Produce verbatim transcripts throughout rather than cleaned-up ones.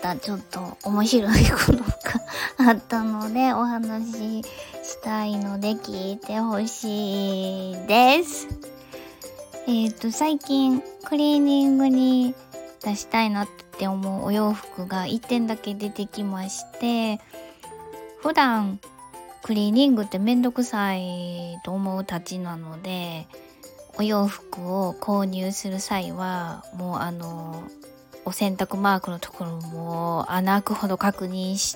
たちょっと面白いことがあったのでお話ししたいので聞いてほしいです。えっと最近クリーニングに出したいなって思うお洋服がいってんだけ出てきまして、普段クリーニングってめんどくさいと思うたちなので、お洋服を購入する際はもうあのお洗濯マークのところも穴開くほど確認して、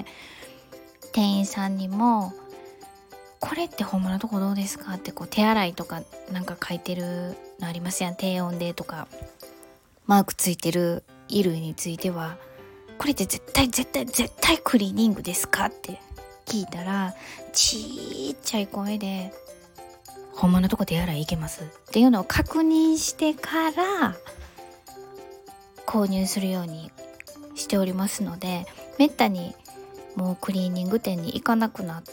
店員さんにもこれってほんまのとこどうですかってこう手洗いとかなんか書いてるのありますやん、低温でとかマークついてる衣類についてはこれって絶対絶対絶対クリーニングですかって聞いたら、ちっちゃい声でほんまのとこ手洗いいけますっていうのを確認してから購入するようにしておりますので、めったにもうクリーニング店に行かなくなって、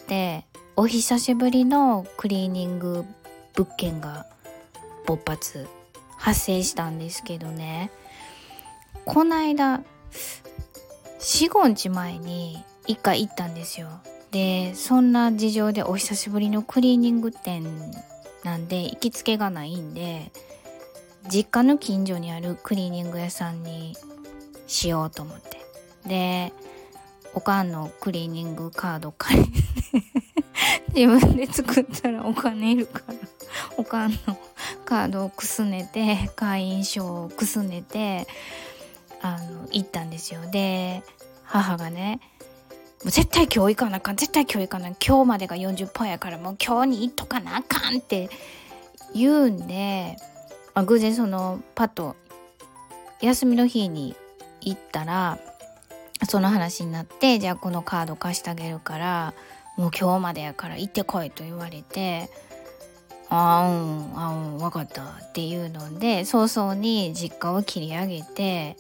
お久しぶりのクリーニング物件が勃発発生したんですけどね、こないだ よん,ご 日前に一回行ったんですよ。でそんな事情でお久しぶりのクリーニング店なんで行きつけがないんで、実家の近所にあるクリーニング屋さんにしようと思って、でおかんのクリーニングカード借りて自分で作ったらお金いるからおかんのカードをくすねて会員証をくすねてあの行ったんですよ。で母がね、もう絶対今日行かなあかん絶対今日行かな今日までが よんじゅっパーセント やからもう今日に行っとかなあかんって言うんで、まあ、偶然そのパッと休みの日に行ったらその話になって、じゃあこのカード貸してあげるからもう今日までやから行ってこいと言われて、あーうんあーうん分かったっていうので早々に実家を切り上げて、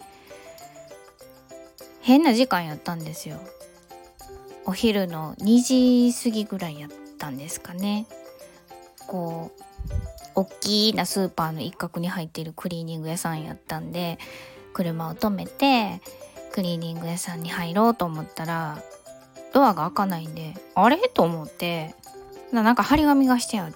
変な時間やったんですよ。お昼のにじ過ぎぐらいやったんですかね。こう大きなスーパーの一角に入っているクリーニング屋さんやったんで、車を止めてクリーニング屋さんに入ろうと思ったらドアが開かないんで、あれと思ってなんか張り紙がしてあって、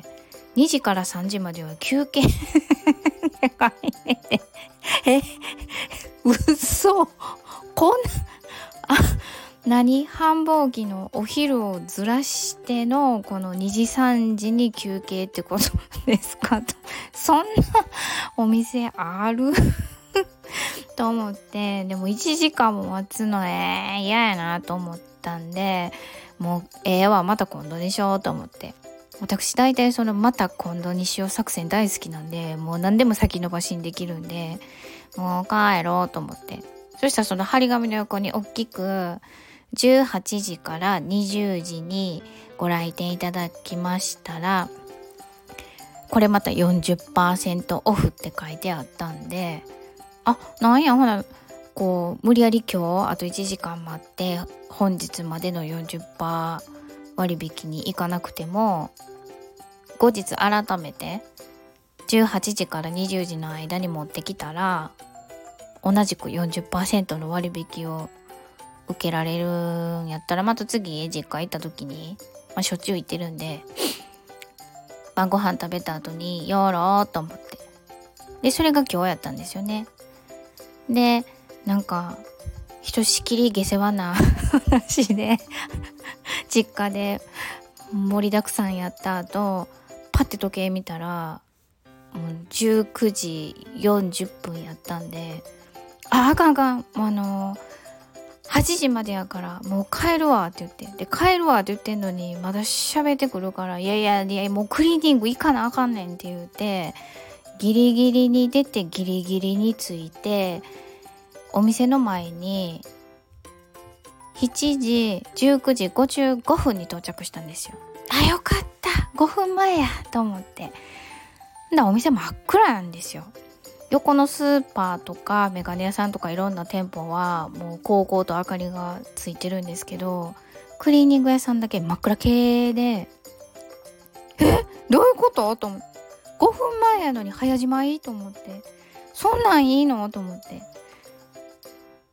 にじからさんじまでは休憩って書いてて、え嘘こんなあ何繁忙期のお昼をずらしてのこのにじさんじに休憩ってことですかと、そんなお店あると思って、でもいちじかんも待つのえー嫌やなと思ったんで、もうええわまた今度にしようと思って、私大体そのまた今度にしよう作戦大好きなんで、もう何でも先延ばしにできるんでもう帰ろうと思って、そしたらその張り紙の横に大きくじゅうはちじからにじゅうじにご来店いただきましたらこれまた よんじゅっパーセント オフって書いてあったんで、あ、なんやほなこう無理やり今日あといちじかん待って本日までの よんじゅっパーセント 割引に行かなくても後日改めてじゅうはちじからにじゅうじの間に持ってきたら同じく よんじゅっパーセント の割引を受けられるんやったら、また次実家行った時に、まあ、しょっちゅう行ってるんで晩ご飯食べた後にやろうと思って、でそれが今日やったんですよね。でなんかひとしきり下世話な話で実家で盛りだくさんやった後パッて時計見たらもうじゅうくじよんじゅっぷんやったんで、ああかんあかんあのはちじまでやからもう帰るわって言って、で帰るわって言ってんのにまだ喋ってくるから、いやいやいやもうクリーニング行かなあかんねんって言ってギリギリに出てギリギリに着いてお店の前にしちじじゅうくじごじゅうごふんに到着したんですよ。あ、よかったごふんまえやと思って、だお店真っ暗なんですよ。横のスーパーとかメガネ屋さんとかいろんな店舗はもう高々と明かりがついてるんですけど、クリーニング屋さんだけ真っ暗系で、えどういうことと思って、ごふんまえやのに早じまいと思って、そんなんいいのと思って、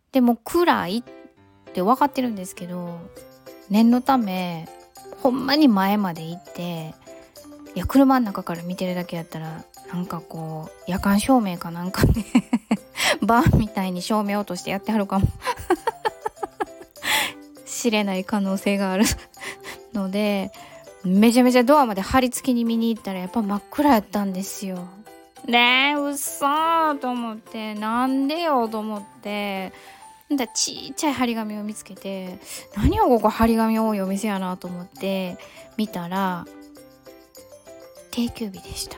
でも暗いって分かってるんですけど、念のためほんまに前まで行って、いや車の中から見てるだけやったらなんかこう夜間照明かなんかねバーみたいに照明落としてやってはるかもしれない可能性があるので、めちゃめちゃドアまで張り付きに見に行ったらやっぱ真っ暗やったんですよ。ねえ、うっそーと思って、なんでよと思って、だちっちゃい張り紙を見つけて、何をここ張り紙多いお店やなと思って見たら定休日でした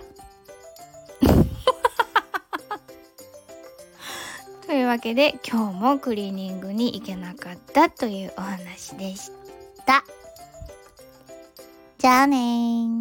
というわけで今日もクリーニングに行けなかったというお話でした。じゃあねー。